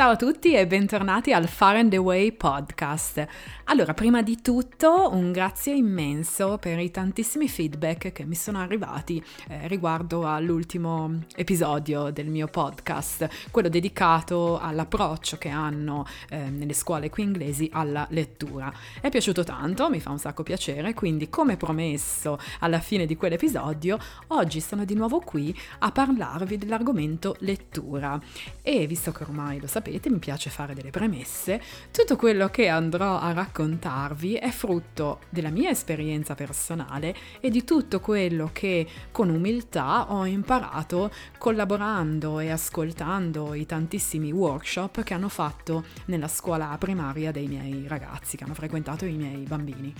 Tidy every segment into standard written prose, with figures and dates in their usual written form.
Ciao a tutti e bentornati al Far and Away podcast. Allora, prima di tutto un grazie immenso per i tantissimi feedback che mi sono arrivati riguardo all'ultimo episodio del mio podcast, quello dedicato all'approccio che hanno nelle scuole qui inglesi alla lettura. È piaciuto tanto, mi fa un sacco piacere, quindi come promesso alla fine di quell'episodio, oggi sono di nuovo qui a parlarvi dell'argomento lettura. E visto che ormai lo sapete, mi piace fare delle premesse, tutto quello che andrò a raccontarvi è frutto della mia esperienza personale e di tutto quello che con umiltà ho imparato collaborando e ascoltando i tantissimi workshop che hanno fatto nella scuola primaria dei miei ragazzi, che hanno frequentato i miei bambini.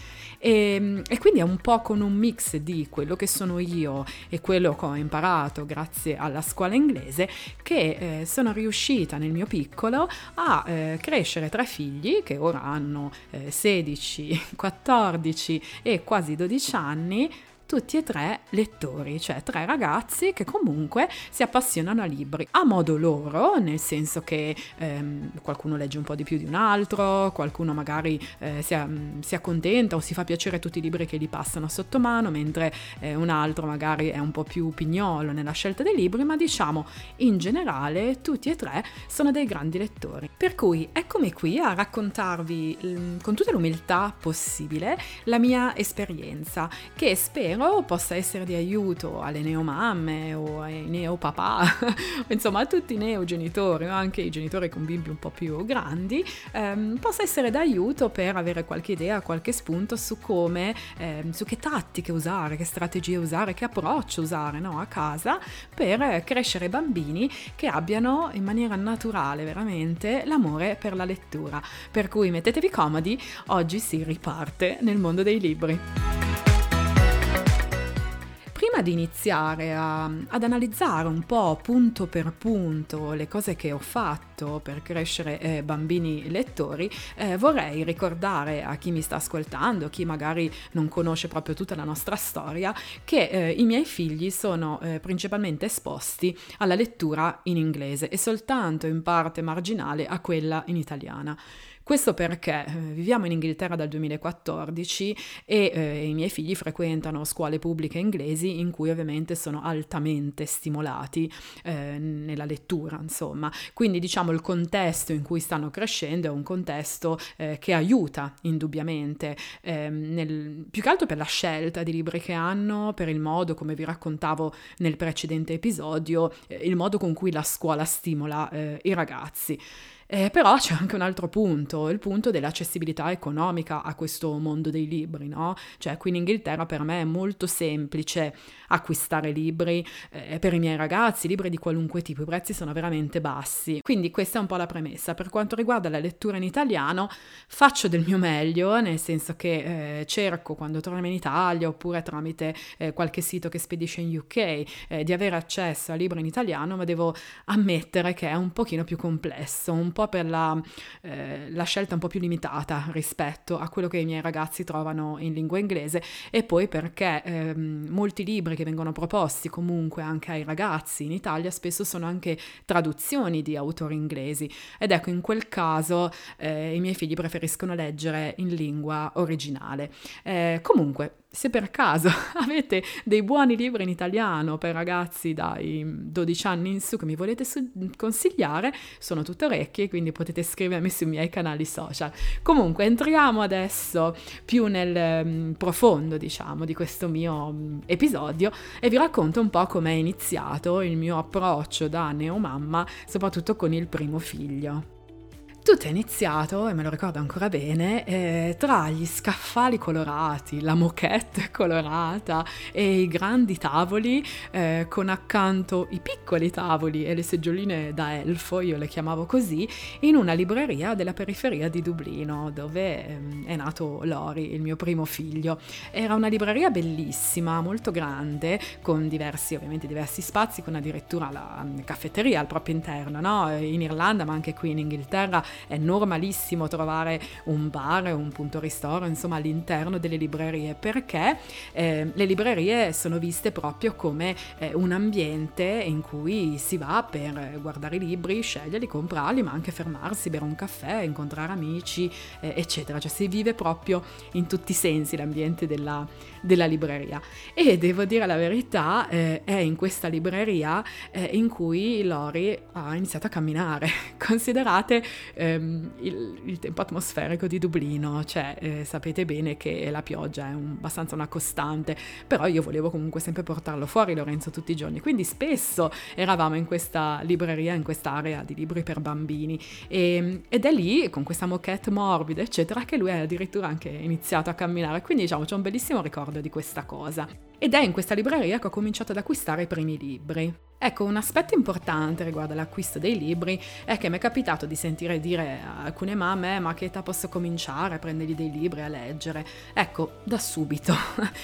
E quindi è un po' con un mix di quello che sono io e quello che ho imparato grazie alla scuola inglese che sono riuscita nel mio piccolo a crescere 3 figli che ora hanno 16, 14 e quasi 12 anni, tutti e 3 lettori, cioè 3 ragazzi che comunque si appassionano a libri a modo loro, nel senso che qualcuno legge un po' di più di un altro, qualcuno magari si accontenta o si fa piacere tutti i libri che gli passano sotto mano, mentre un altro magari è un po' più pignolo nella scelta dei libri, ma diciamo in generale tutti e 3 sono dei grandi lettori. Per cui eccomi qui a raccontarvi con tutta l'umiltà possibile la mia esperienza, che spero possa essere di aiuto alle neomamme o ai neopapà, insomma a tutti i neogenitori o anche i genitori con bimbi un po' più grandi, possa essere d'aiuto per avere qualche idea, qualche spunto su come, su che tattiche usare, che strategie usare, che approccio usare, no, a casa per crescere bambini che abbiano in maniera naturale veramente l'amore per la lettura. Per cui mettetevi comodi, oggi si riparte nel mondo dei libri. Prima di iniziare ad analizzare un po' punto per punto le cose che ho fatto per crescere bambini lettori, vorrei ricordare a chi mi sta ascoltando, chi magari non conosce proprio tutta la nostra storia, che i miei figli sono principalmente esposti alla lettura in inglese e soltanto in parte marginale a quella in italiana. Questo perché viviamo in Inghilterra dal 2014 e i miei figli frequentano scuole pubbliche inglesi in cui ovviamente sono altamente stimolati nella lettura, insomma. Quindi diciamo il contesto in cui stanno crescendo è un contesto che aiuta indubbiamente, più che altro per la scelta di libri che hanno, per il modo, come vi raccontavo nel precedente episodio, il modo con cui la scuola stimola i ragazzi. Però c'è anche un altro punto, il punto dell'accessibilità economica a questo mondo dei libri, no? Cioè qui in Inghilterra per me è molto semplice acquistare libri per i miei ragazzi, libri di qualunque tipo, i prezzi sono veramente bassi. Quindi questa è un po' la premessa. Per quanto riguarda la lettura in italiano, faccio del mio meglio, nel senso che cerco quando torno in Italia oppure tramite qualche sito che spedisce in UK di avere accesso a libri in italiano, ma devo ammettere che è un pochino più complesso, un po' per la scelta un po' più limitata rispetto a quello che i miei ragazzi trovano in lingua inglese e poi perché molti libri che vengono proposti comunque anche ai ragazzi in Italia spesso sono anche traduzioni di autori inglesi ed ecco in quel caso i miei figli preferiscono leggere in lingua originale. Comunque se per caso avete dei buoni libri in italiano per ragazzi dai 12 anni in su che mi volete consigliare, sono tutto orecchie, quindi potete scrivermi sui miei canali social. Comunque entriamo adesso più nel profondo, diciamo, di questo mio episodio e vi racconto un po' come è iniziato il mio approccio da neomamma, soprattutto con il primo figlio. Tutto è iniziato, e me lo ricordo ancora bene, tra gli scaffali colorati, la moquette colorata e i grandi tavoli con accanto i piccoli tavoli e le seggioline da elfo, io le chiamavo così, in una libreria della periferia di Dublino, dove è nato Lori, il mio primo figlio. Era una libreria bellissima, molto grande, con diversi spazi, con addirittura la caffetteria al proprio interno, no? In Irlanda, ma anche qui in Inghilterra, è normalissimo trovare un bar, un punto ristoro, insomma all'interno delle librerie, perché le librerie sono viste proprio come un ambiente in cui si va per guardare i libri, sceglierli, comprarli, ma anche fermarsi, bere un caffè, incontrare amici, eccetera. Cioè si vive proprio in tutti i sensi l'ambiente della libreria. E devo dire la verità, è in questa libreria in cui Lori ha iniziato a camminare. Considerate il tempo atmosferico di Dublino, cioè sapete bene che la pioggia è abbastanza una costante, però io volevo comunque sempre portarlo fuori Lorenzo tutti i giorni, quindi spesso eravamo in questa libreria, in quest'area di libri per bambini, ed è lì con questa moquette morbida eccetera che lui ha addirittura anche iniziato a camminare, quindi diciamo c'è un bellissimo ricordo di questa cosa. Ed è in questa libreria che ho cominciato ad acquistare i primi libri. Ecco, un aspetto importante riguardo all'acquisto dei libri è che mi è capitato di sentire dire a alcune mamme: ma che età posso cominciare a prendergli dei libri a leggere? Ecco, da subito.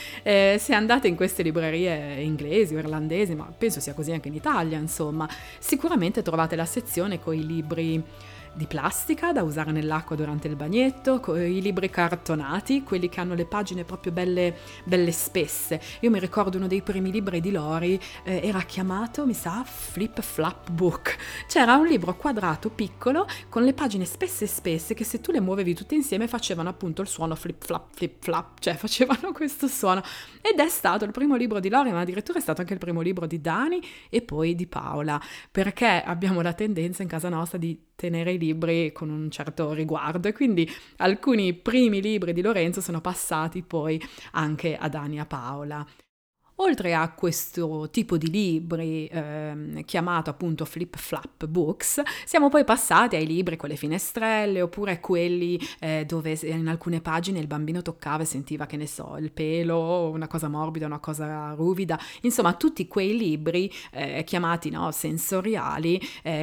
Se andate in queste librerie inglesi o irlandesi, ma penso sia così anche in Italia, insomma, sicuramente trovate la sezione con i libri di plastica da usare nell'acqua durante il bagnetto, con i libri cartonati, quelli che hanno le pagine proprio belle spesse. Io mi ricordo uno dei primi libri di Lori, era chiamato, mi sa, Flip Flap Book. C'era un libro quadrato piccolo con le pagine spesse che se tu le muovevi tutte insieme facevano appunto il suono flip flap, cioè facevano questo suono. Ed è stato il primo libro di Lori, ma addirittura è stato anche il primo libro di Dani e poi di Paola, perché abbiamo la tendenza in casa nostra di tenere i libri con un certo riguardo, e quindi alcuni primi libri di Lorenzo sono passati poi anche a Dani e a Paola. Oltre a questo tipo di libri chiamato appunto Flip Flap Books, siamo poi passati ai libri con le finestrelle, oppure quelli dove in alcune pagine il bambino toccava e sentiva, che ne so, il pelo, una cosa morbida, una cosa ruvida, insomma tutti quei libri chiamati sensoriali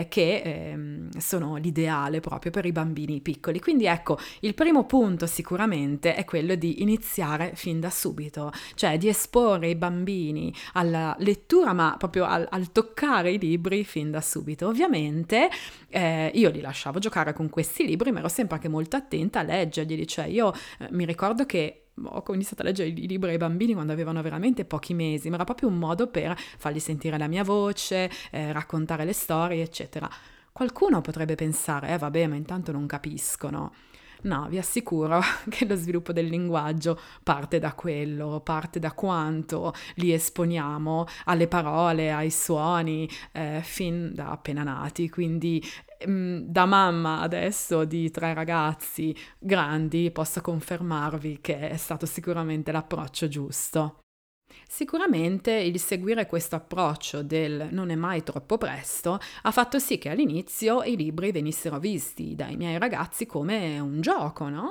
che sono l'ideale proprio per i bambini piccoli. Quindi ecco, il primo punto sicuramente è quello di iniziare fin da subito, cioè di esporre i bambini alla lettura, ma proprio al toccare i libri fin da subito. Ovviamente io li lasciavo giocare con questi libri, ma ero sempre anche molto attenta a leggerli, cioè io mi ricordo che ho iniziato a leggere i libri ai bambini quando avevano veramente pochi mesi, ma era proprio un modo per fargli sentire la mia voce, raccontare le storie, eccetera. Qualcuno potrebbe pensare, vabbè, ma intanto non capiscono. No, vi assicuro che lo sviluppo del linguaggio parte da quello, parte da quanto li esponiamo alle parole, ai suoni, fin da appena nati. Quindi da mamma adesso di 3 ragazzi grandi posso confermarvi che è stato sicuramente l'approccio giusto. Sicuramente il seguire questo approccio del non è mai troppo presto ha fatto sì che all'inizio i libri venissero visti dai miei ragazzi come un gioco, no?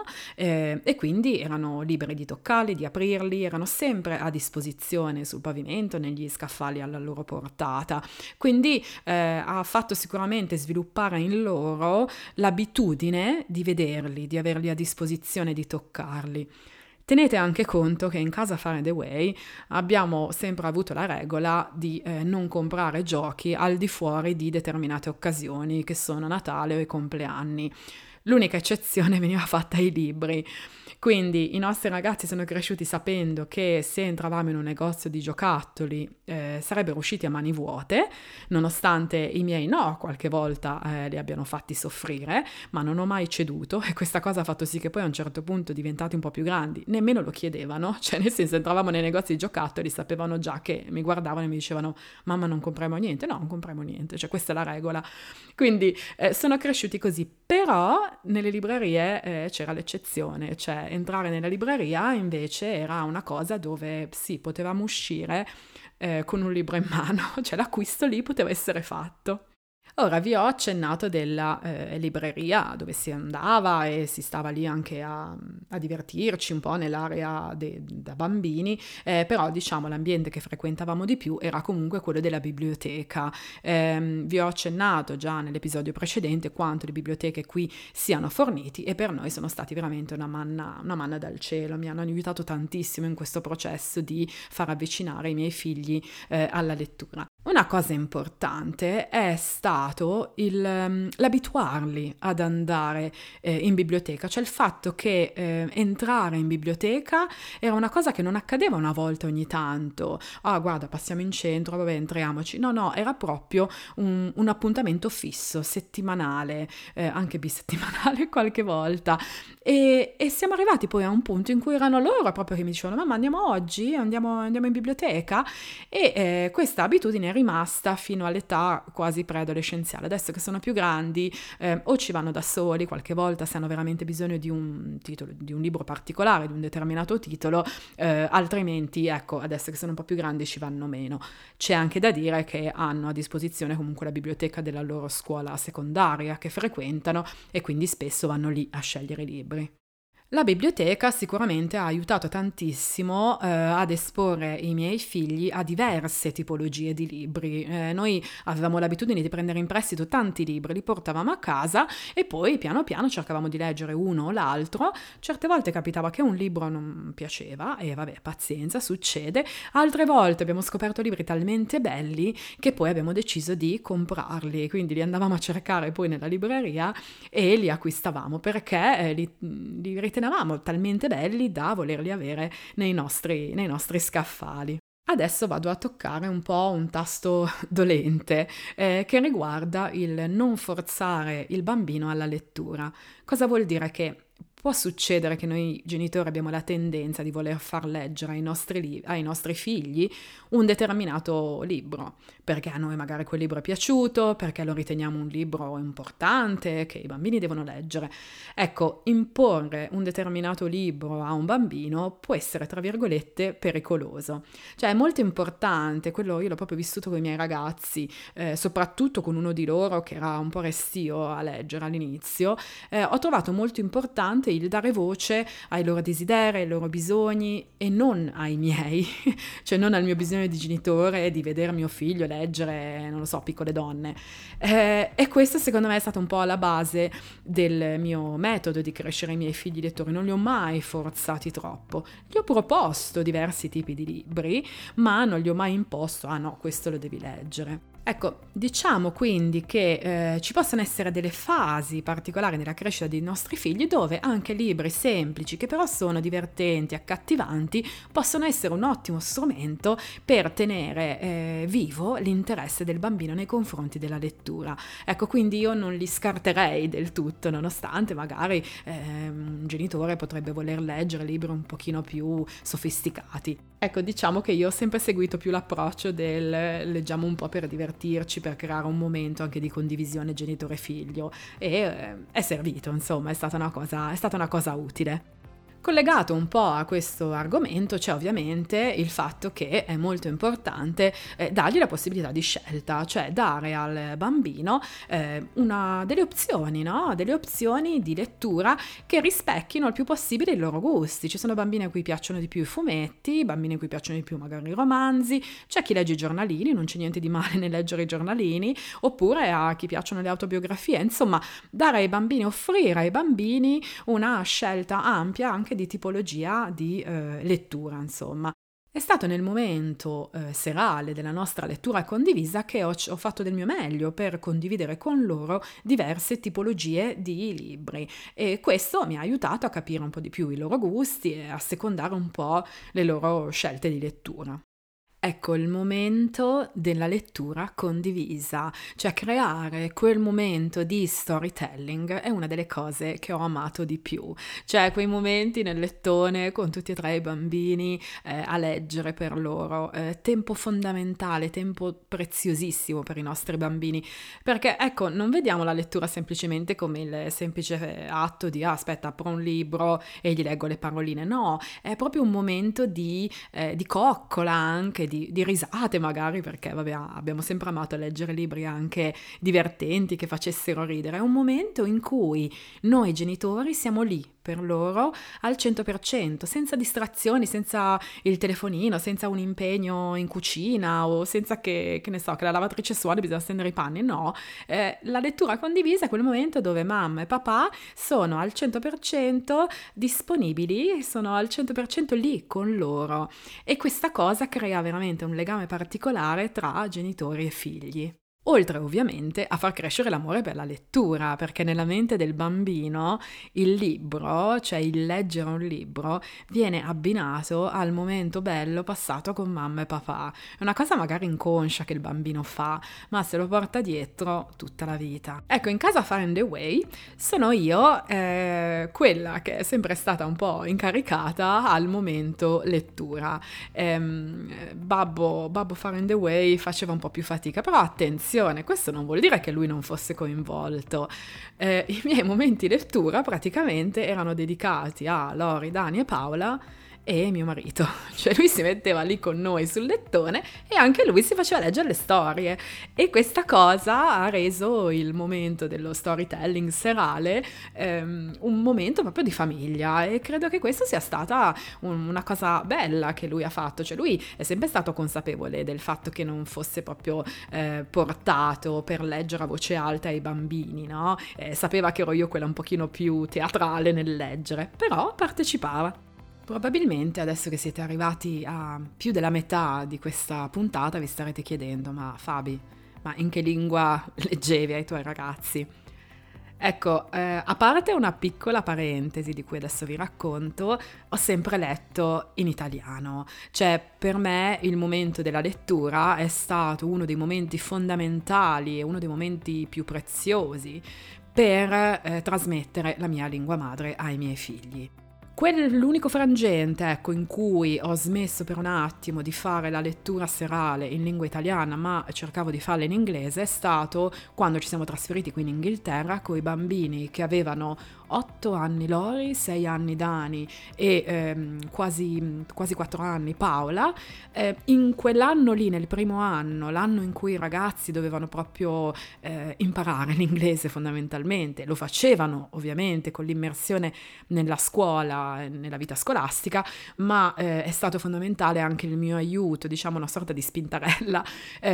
E quindi erano liberi di toccarli, di aprirli, erano sempre a disposizione sul pavimento, negli scaffali alla loro portata. Quindi ha fatto sicuramente sviluppare in loro l'abitudine di vederli, di averli a disposizione, di toccarli. Tenete anche conto che in casa Far and Away abbiamo sempre avuto la regola di non comprare giochi al di fuori di determinate occasioni, che sono Natale o i compleanni. L'unica eccezione veniva fatta ai libri. Quindi i nostri ragazzi sono cresciuti sapendo che se entravamo in un negozio di giocattoli sarebbero usciti a mani vuote, nonostante i miei no, qualche volta li abbiano fatti soffrire, ma non ho mai ceduto, e questa cosa ha fatto sì che poi a un certo punto, diventati un po' più grandi, nemmeno lo chiedevano, cioè nel senso entravamo nei negozi di giocattoli, sapevano già che mi guardavano e mi dicevano: mamma, non compriamo niente? No, non compriamo niente, cioè questa è la regola. Quindi sono cresciuti così, però nelle librerie c'era l'eccezione, cioè entrare nella libreria invece era una cosa dove sì, potevamo uscire con un libro in mano, cioè l'acquisto lì poteva essere fatto. Ora vi ho accennato della libreria dove si andava e si stava lì anche a divertirci un po' nell'area da bambini, però diciamo l'ambiente che frequentavamo di più era comunque quello della biblioteca. Vi ho accennato già nell'episodio precedente quanto le biblioteche qui siano forniti, e per noi sono stati veramente una manna dal cielo, mi hanno aiutato tantissimo in questo processo di far avvicinare i miei figli alla lettura. Una cosa importante è stato l'abituarli ad andare in biblioteca, cioè il fatto che entrare in biblioteca era una cosa che non accadeva una volta ogni tanto. Ah, guarda, passiamo in centro, vabbè, entriamoci. No, no, era proprio un appuntamento fisso, settimanale, anche bisettimanale qualche volta. E siamo arrivati poi a un punto in cui erano loro proprio che mi dicevano: mamma, andiamo oggi? Andiamo in biblioteca? E questa abitudine è rimasta fino all'età quasi preadolescenziale. Adesso che sono più grandi, o ci vanno da soli, qualche volta se hanno veramente bisogno di un titolo, di un libro particolare, di un determinato titolo, altrimenti, ecco, adesso che sono un po' più grandi ci vanno meno. C'è anche da dire che hanno a disposizione comunque la biblioteca della loro scuola secondaria che frequentano e quindi spesso vanno lì a scegliere i libri. La biblioteca sicuramente ha aiutato tantissimo ad esporre i miei figli a diverse tipologie di libri. Noi avevamo l'abitudine di prendere in prestito tanti libri, li portavamo a casa e poi piano piano cercavamo di leggere uno o l'altro. Certe volte capitava che un libro non piaceva e vabbè, pazienza, succede. Altre volte abbiamo scoperto libri talmente belli che poi abbiamo deciso di comprarli, quindi li andavamo a cercare poi nella libreria e li acquistavamo perché li ritenevamo talmente belli da volerli avere nei nostri scaffali. Adesso vado a toccare un po' un tasto dolente che riguarda il non forzare il bambino alla lettura. Cosa vuol dire? Che può succedere che noi genitori abbiamo la tendenza di voler far leggere ai nostri figli un determinato libro, perché a noi magari quel libro è piaciuto, perché lo riteniamo un libro importante che i bambini devono leggere. Ecco, imporre un determinato libro a un bambino può essere, tra virgolette, pericoloso. Cioè è molto importante, quello io l'ho proprio vissuto con i miei ragazzi, soprattutto con uno di loro che era un po' restio a leggere all'inizio. Ho trovato molto importante il dare voce ai loro desideri, ai loro bisogni e non ai miei, cioè non al mio bisogno di genitore di vedere mio figlio leggere, non lo so, Piccole donne. E questo secondo me è stato un po' alla base del mio metodo di crescere i miei figli lettori. Non li ho mai forzati troppo, gli ho proposto diversi tipi di libri, ma non gli ho mai imposto, ah no, questo lo devi leggere. Ecco, diciamo quindi che ci possono essere delle fasi particolari nella crescita dei nostri figli dove anche libri semplici, che però sono divertenti, accattivanti, possono essere un ottimo strumento per tenere vivo l'interesse del bambino nei confronti della lettura. Ecco, quindi io non li scarterei del tutto, nonostante magari un genitore potrebbe voler leggere libri un pochino più sofisticati. Ecco, diciamo che io ho sempre seguito più l'approccio del leggiamo un po' per divertirci, per creare un momento anche di condivisione genitore-figlio e è servito, insomma, è stata una cosa utile. Collegato un po' a questo argomento c'è ovviamente il fatto che è molto importante dargli la possibilità di scelta, cioè dare al bambino delle opzioni, no? Delle opzioni di lettura che rispecchino il più possibile i loro gusti. Ci sono bambini a cui piacciono di più i fumetti, bambini a cui piacciono di più magari i romanzi, c'è chi legge i giornalini, non c'è niente di male nel leggere i giornalini, oppure a chi piacciono le autobiografie, insomma, offrire ai bambini una scelta ampia anche di tipologia di lettura, insomma. È stato nel momento serale della nostra lettura condivisa che ho fatto del mio meglio per condividere con loro diverse tipologie di libri e questo mi ha aiutato a capire un po' di più i loro gusti e a secondare un po' le loro scelte di lettura. Ecco il momento della lettura condivisa, cioè creare quel momento di storytelling è una delle cose che ho amato di più, cioè quei momenti nel lettone con tutti e tre i bambini a leggere per loro, tempo fondamentale, tempo preziosissimo per i nostri bambini, perché ecco non vediamo la lettura semplicemente come il semplice atto di aspetta apro un libro e gli leggo le paroline, no, è proprio un momento di coccola anche, di risate magari, perché vabbè, abbiamo sempre amato leggere libri anche divertenti che facessero ridere. È un momento in cui noi genitori siamo lì per loro al 100%, senza distrazioni, senza il telefonino, senza un impegno in cucina o senza che ne so, che la lavatrice suoni, bisogna stendere i panni, no. La lettura condivisa è quel momento dove mamma e papà sono al 100% disponibili, sono al 100% lì con loro e questa cosa crea veramente un legame particolare tra genitori e figli. Oltre ovviamente a far crescere l'amore per la lettura, perché nella mente del bambino il libro, cioè il leggere un libro, viene abbinato al momento bello passato con mamma e papà. È una cosa magari inconscia che il bambino fa, ma se lo porta dietro tutta la vita. Ecco, in casa Far and Away sono io quella che è sempre stata un po' incaricata al momento lettura. Babbo Far and Away faceva un po' più fatica, però attenzione, questo non vuol dire che lui non fosse coinvolto. I miei momenti lettura praticamente erano dedicati a Lori, Dani e Paola e mio marito, cioè lui si metteva lì con noi sul lettone e anche lui si faceva leggere le storie e questa cosa ha reso il momento dello storytelling serale un momento proprio di famiglia e credo che questa sia stata una cosa bella che lui ha fatto, cioè lui è sempre stato consapevole del fatto che non fosse proprio portato per leggere a voce alta ai bambini, no? Sapeva che ero io quella un pochino più teatrale nel leggere, però partecipava. Probabilmente adesso che siete arrivati a più della metà di questa puntata vi starete chiedendo, ma Fabi, ma in che lingua leggevi ai tuoi ragazzi? Ecco, a parte una piccola parentesi di cui adesso vi racconto, ho sempre letto in italiano, cioè per me il momento della lettura è stato uno dei momenti fondamentali e uno dei momenti più preziosi per trasmettere la mia lingua madre ai miei figli. L'unico frangente, ecco, in cui ho smesso per un attimo di fare la lettura serale in lingua italiana, ma cercavo di farla in inglese, è stato quando ci siamo trasferiti qui in Inghilterra con i bambini che avevano 8 anni Lori, 6 anni Dani e quasi 4 anni Paola. In quell'anno lì, nel primo anno, l'anno in cui i ragazzi dovevano proprio imparare l'inglese fondamentalmente, lo facevano ovviamente con l'immersione nella scuola, nella vita scolastica, ma è stato fondamentale anche il mio aiuto, diciamo una sorta di spintarella,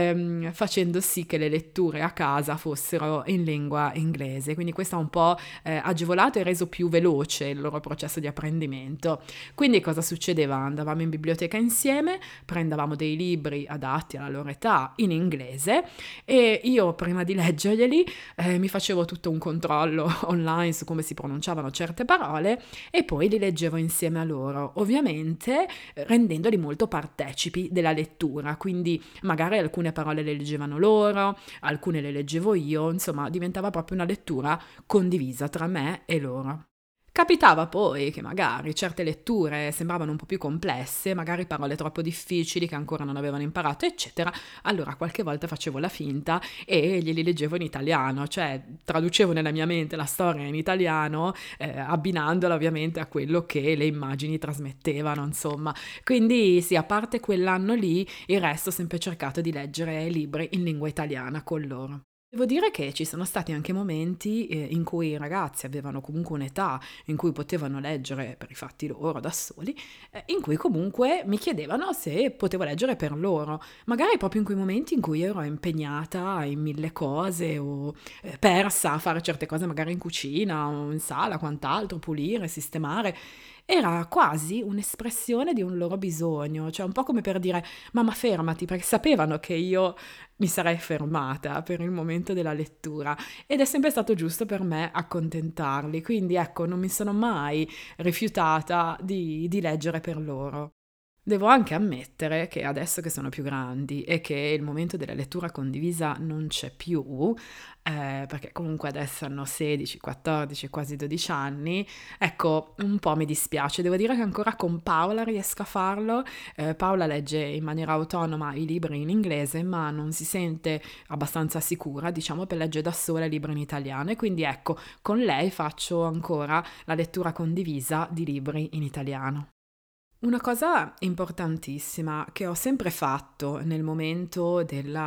facendo sì che le letture a casa fossero in lingua inglese, quindi questo ha un po' agevolato e reso più veloce il loro processo di apprendimento. Quindi cosa succedeva? Andavamo in biblioteca insieme, prendevamo dei libri adatti alla loro età in inglese e io prima di leggerglieli mi facevo tutto un controllo online su come si pronunciavano certe parole e poi li leggevo insieme a loro, ovviamente rendendoli molto partecipi della lettura, quindi magari alcune parole le leggevano loro, alcune le leggevo io, insomma diventava proprio una lettura condivisa tra me e loro. Capitava poi che magari certe letture sembravano un po' più complesse, magari parole troppo difficili che ancora non avevano imparato, eccetera, allora qualche volta facevo la finta e glieli leggevo in italiano, cioè traducevo nella mia mente la storia in italiano, abbinandola ovviamente a quello che le immagini trasmettevano, insomma. Quindi sì, a parte quell'anno lì, il resto ho sempre cercato di leggere libri in lingua italiana con loro. Devo dire che ci sono stati anche momenti in cui i ragazzi avevano comunque un'età in cui potevano leggere per i fatti loro da soli, in cui comunque mi chiedevano se potevo leggere per loro, magari proprio in quei momenti in cui io ero impegnata in mille cose o persa a fare certe cose magari in cucina o in sala, quant'altro, pulire, sistemare. Era quasi un'espressione di un loro bisogno, cioè un po' come per dire mamma fermati, perché sapevano che io mi sarei fermata per il momento della lettura ed è sempre stato giusto per me accontentarli, quindi ecco non mi sono mai rifiutata di leggere per loro. Devo anche ammettere che adesso che sono più grandi e che il momento della lettura condivisa non c'è più, perché comunque adesso hanno 16, 14, quasi 12 anni, ecco, un po' mi dispiace. Devo dire che ancora con Paola riesco a farlo. Paola legge in maniera autonoma i libri in inglese, ma non si sente abbastanza sicura, diciamo, per leggere da sola i libri in italiano. E quindi ecco, con lei faccio ancora la lettura condivisa di libri in italiano. Una cosa importantissima che ho sempre fatto nel momento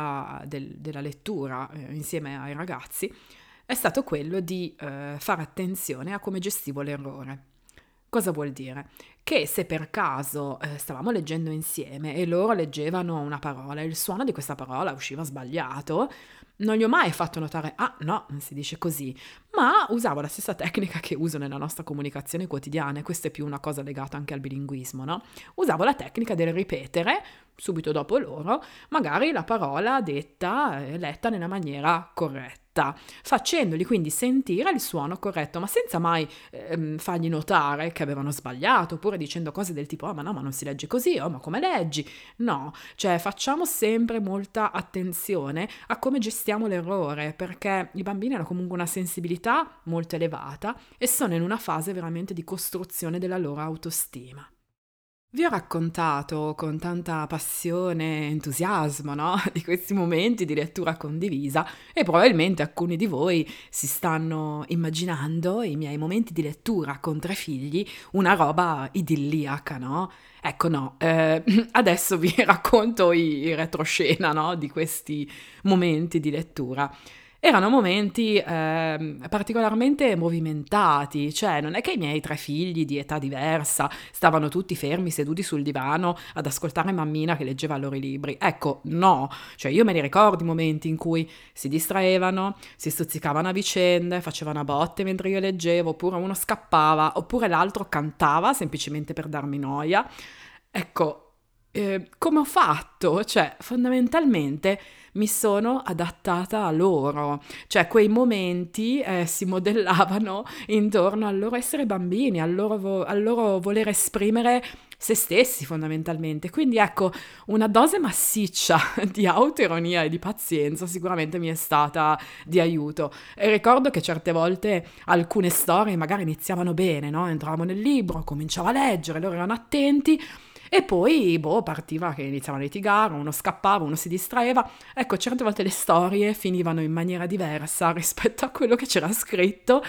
della lettura insieme ai ragazzi è stato quello di fare attenzione a come gestivo l'errore. Cosa vuol dire? Che se per caso stavamo leggendo insieme e loro leggevano una parola e il suono di questa parola usciva sbagliato, non gli ho mai fatto notare, ah no, non si dice così, ma usavo la stessa tecnica che uso nella nostra comunicazione quotidiana, e questa è più una cosa legata anche al bilinguismo, no? Usavo la tecnica del ripetere subito dopo loro, magari la parola detta e letta nella maniera corretta, facendoli quindi sentire il suono corretto, ma senza mai fargli notare che avevano sbagliato, oppure dicendo cose del tipo, ma no, ma non si legge così, ma come leggi? No, cioè facciamo sempre molta attenzione a come gestiamo l'errore, perché i bambini hanno comunque una sensibilità molto elevata e sono in una fase veramente di costruzione della loro autostima. Vi ho raccontato con tanta passione e entusiasmo, no? Di questi momenti di lettura condivisa, e probabilmente alcuni di voi si stanno immaginando i miei momenti di lettura con 3 figli, una roba idilliaca, no? Ecco no, adesso vi racconto i retroscena, no? Di questi momenti di lettura. Erano momenti particolarmente movimentati, cioè non è che i miei 3 figli di età diversa stavano tutti fermi seduti sul divano ad ascoltare mammina che leggeva loro i libri. Ecco, no, cioè io me li ricordo i momenti in cui si distraevano, si stuzzicavano a vicenda, facevano a botte mentre io leggevo, oppure uno scappava, oppure l'altro cantava semplicemente per darmi noia. Ecco, come ho fatto? Cioè, fondamentalmente mi sono adattata a loro, cioè quei momenti si modellavano intorno al loro essere bambini, al loro voler esprimere se stessi fondamentalmente. Quindi ecco, una dose massiccia di autoironia e di pazienza sicuramente mi è stata di aiuto. E ricordo che certe volte alcune storie magari iniziavano bene, no? Entravamo nel libro, cominciavo a leggere, loro erano attenti. E poi, partiva che iniziavano a litigare, uno scappava, uno si distraeva. Ecco, certe volte le storie finivano in maniera diversa rispetto a quello che c'era scritto,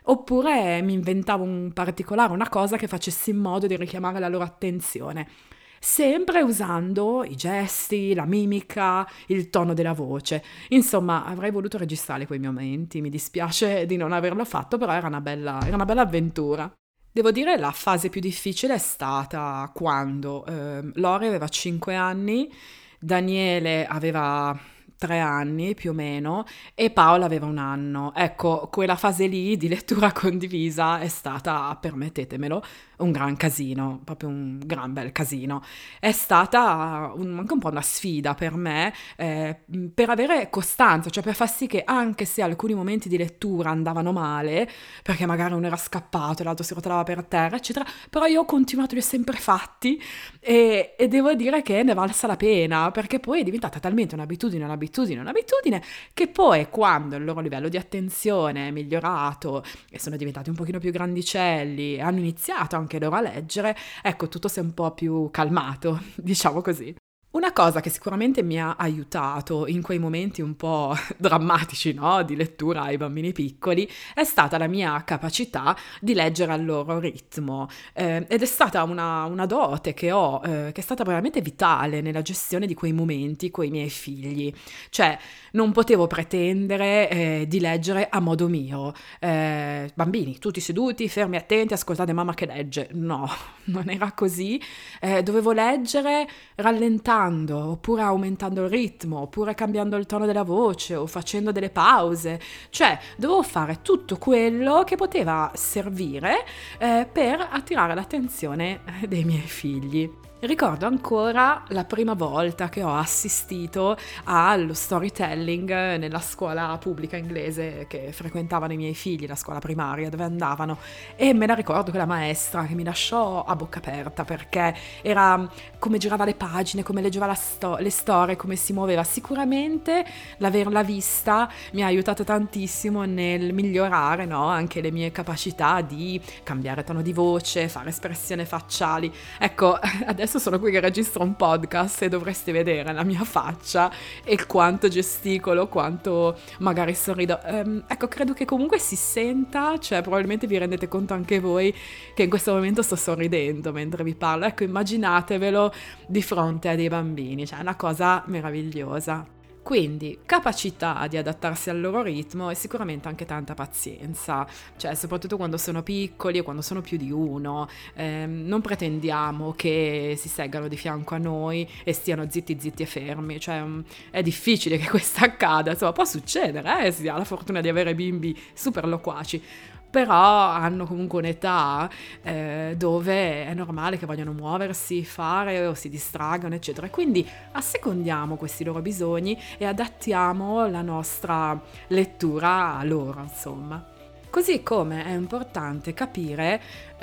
oppure mi inventavo un particolare, una cosa che facesse in modo di richiamare la loro attenzione. Sempre usando i gesti, la mimica, il tono della voce. Insomma, avrei voluto registrare quei momenti, mi dispiace di non averlo fatto, però era una bella avventura. Devo dire la fase più difficile è stata quando Lore aveva 5 anni, Daniele aveva 3 anni più o meno e Paola aveva 1 anno. Ecco, quella fase lì di lettura condivisa è stata, permettetemelo, un gran casino, proprio un gran bel casino. È stata anche un po' una sfida per me, per avere costanza, cioè per far sì che anche se alcuni momenti di lettura andavano male, perché magari uno era scappato, l'altro si rotolava per terra, eccetera, però io ho continuato, li ho sempre fatti e devo dire che ne valsa la pena, perché poi è diventata talmente un'abitudine, che poi quando il loro livello di attenzione è migliorato e sono diventati un pochino più grandicelli e hanno iniziato anche loro a leggere, ecco, tutto si è un po' più calmato, diciamo così. Una cosa che sicuramente mi ha aiutato in quei momenti un po' drammatici, no? Di lettura ai bambini piccoli, è stata la mia capacità di leggere al loro ritmo, ed è stata una dote che ho, che è stata veramente vitale nella gestione di quei momenti coi miei figli. Cioè, non potevo pretendere di leggere a modo mio. Bambini, tutti seduti, fermi, attenti, ascoltate mamma che legge. No, non era così. Dovevo leggere rallentando, oppure aumentando il ritmo, oppure cambiando il tono della voce o facendo delle pause. Cioè, dovevo fare tutto quello che poteva servire per attirare l'attenzione dei miei figli. Ricordo ancora la prima volta che ho assistito allo storytelling nella scuola pubblica inglese che frequentavano i miei figli, la scuola primaria dove andavano, e me la ricordo quella maestra che mi lasciò a bocca aperta perché era come girava le pagine, come leggeva le storie, come si muoveva. Sicuramente l'averla vista mi ha aiutato tantissimo nel migliorare, no, anche le mie capacità di cambiare tono di voce, fare espressioni facciali. Ecco, adesso sono qui che registro un podcast e dovreste vedere la mia faccia e quanto gesticolo, quanto magari sorrido. Ecco, credo che comunque si senta, cioè probabilmente vi rendete conto anche voi che in questo momento sto sorridendo mentre vi parlo. Ecco, immaginatevelo di fronte a dei bambini, cioè è una cosa meravigliosa. Quindi capacità di adattarsi al loro ritmo e sicuramente anche tanta pazienza, cioè soprattutto quando sono piccoli o quando sono più di uno, non pretendiamo che si seggano di fianco a noi e stiano zitti e fermi, cioè è difficile che questo accada, insomma può succedere, si ha la fortuna di avere bimbi super loquaci, però hanno comunque un'età dove è normale che vogliono muoversi, fare o si distraggano, eccetera. Quindi assecondiamo questi loro bisogni e adattiamo la nostra lettura a loro, insomma. Così come è importante capire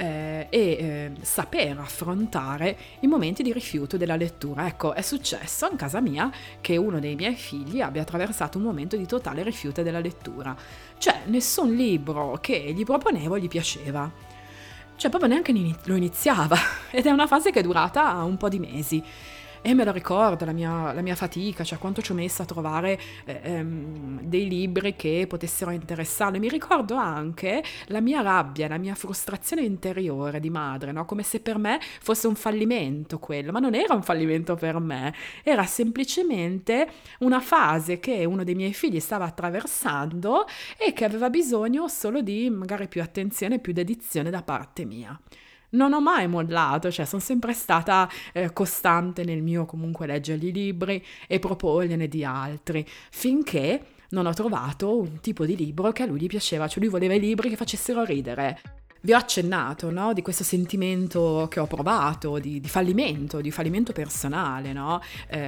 e saper affrontare i momenti di rifiuto della lettura. Ecco, è successo in casa mia che uno dei miei figli abbia attraversato un momento di totale rifiuto della lettura. Cioè, nessun libro che gli proponevo gli piaceva. Cioè, proprio neanche lo iniziava. Ed è una fase che è durata un po' di mesi. E me lo ricordo, la mia fatica, cioè quanto ci ho messo a trovare dei libri che potessero interessarlo. E mi ricordo anche la mia rabbia, la mia frustrazione interiore di madre, no? Come se per me fosse un fallimento quello, ma non era un fallimento per me, era semplicemente una fase che uno dei miei figli stava attraversando e che aveva bisogno solo di magari più attenzione, più dedizione da parte mia. Non ho mai mollato, cioè sono sempre stata costante nel mio comunque leggergli libri e proporgliene di altri, finché non ho trovato un tipo di libro che a lui gli piaceva, cioè lui voleva i libri che facessero ridere. Vi ho accennato, no, di questo sentimento che ho provato, di fallimento personale, no?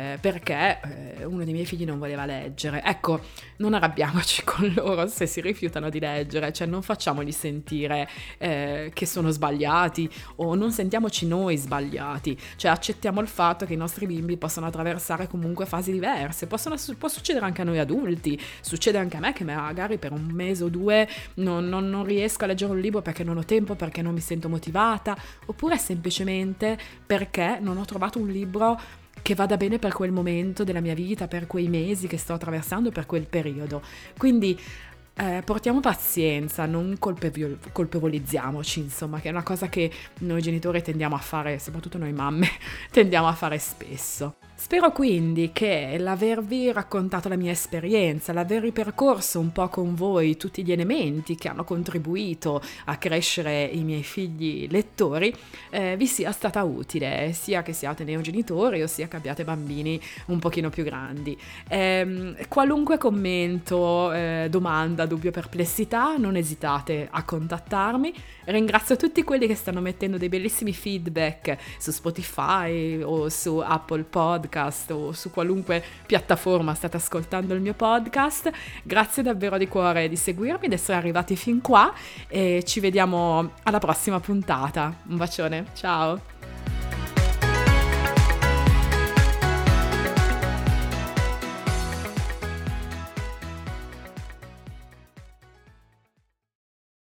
Perché uno dei miei figli non voleva leggere. Ecco, non arrabbiamoci con loro se si rifiutano di leggere, cioè non facciamoli sentire che sono sbagliati o non sentiamoci noi sbagliati, cioè accettiamo il fatto che i nostri bimbi possono attraversare comunque fasi diverse, può succedere anche a noi adulti, succede anche a me che magari per un mese o due non riesco a leggere un libro perché non ho tempo, perché non mi sento motivata, oppure semplicemente perché non ho trovato un libro che vada bene per quel momento della mia vita, per quei mesi che sto attraversando, per quel periodo. Quindi portiamo pazienza, non colpevolizziamoci, insomma, che è una cosa che noi genitori tendiamo a fare, soprattutto noi mamme, tendiamo a fare spesso. Spero quindi che l'avervi raccontato la mia esperienza, l'aver ripercorso un po' con voi tutti gli elementi che hanno contribuito a crescere i miei figli lettori, vi sia stata utile, sia che siate neogenitori o sia che abbiate bambini un pochino più grandi. Qualunque commento, domanda, dubbio, perplessità, non esitate a contattarmi. Ringrazio tutti quelli che stanno mettendo dei bellissimi feedback su Spotify o su Apple Podcast o su qualunque piattaforma state ascoltando il mio podcast. Grazie davvero di cuore di seguirmi, di essere arrivati fin qua e ci vediamo alla prossima puntata. Un bacione, ciao!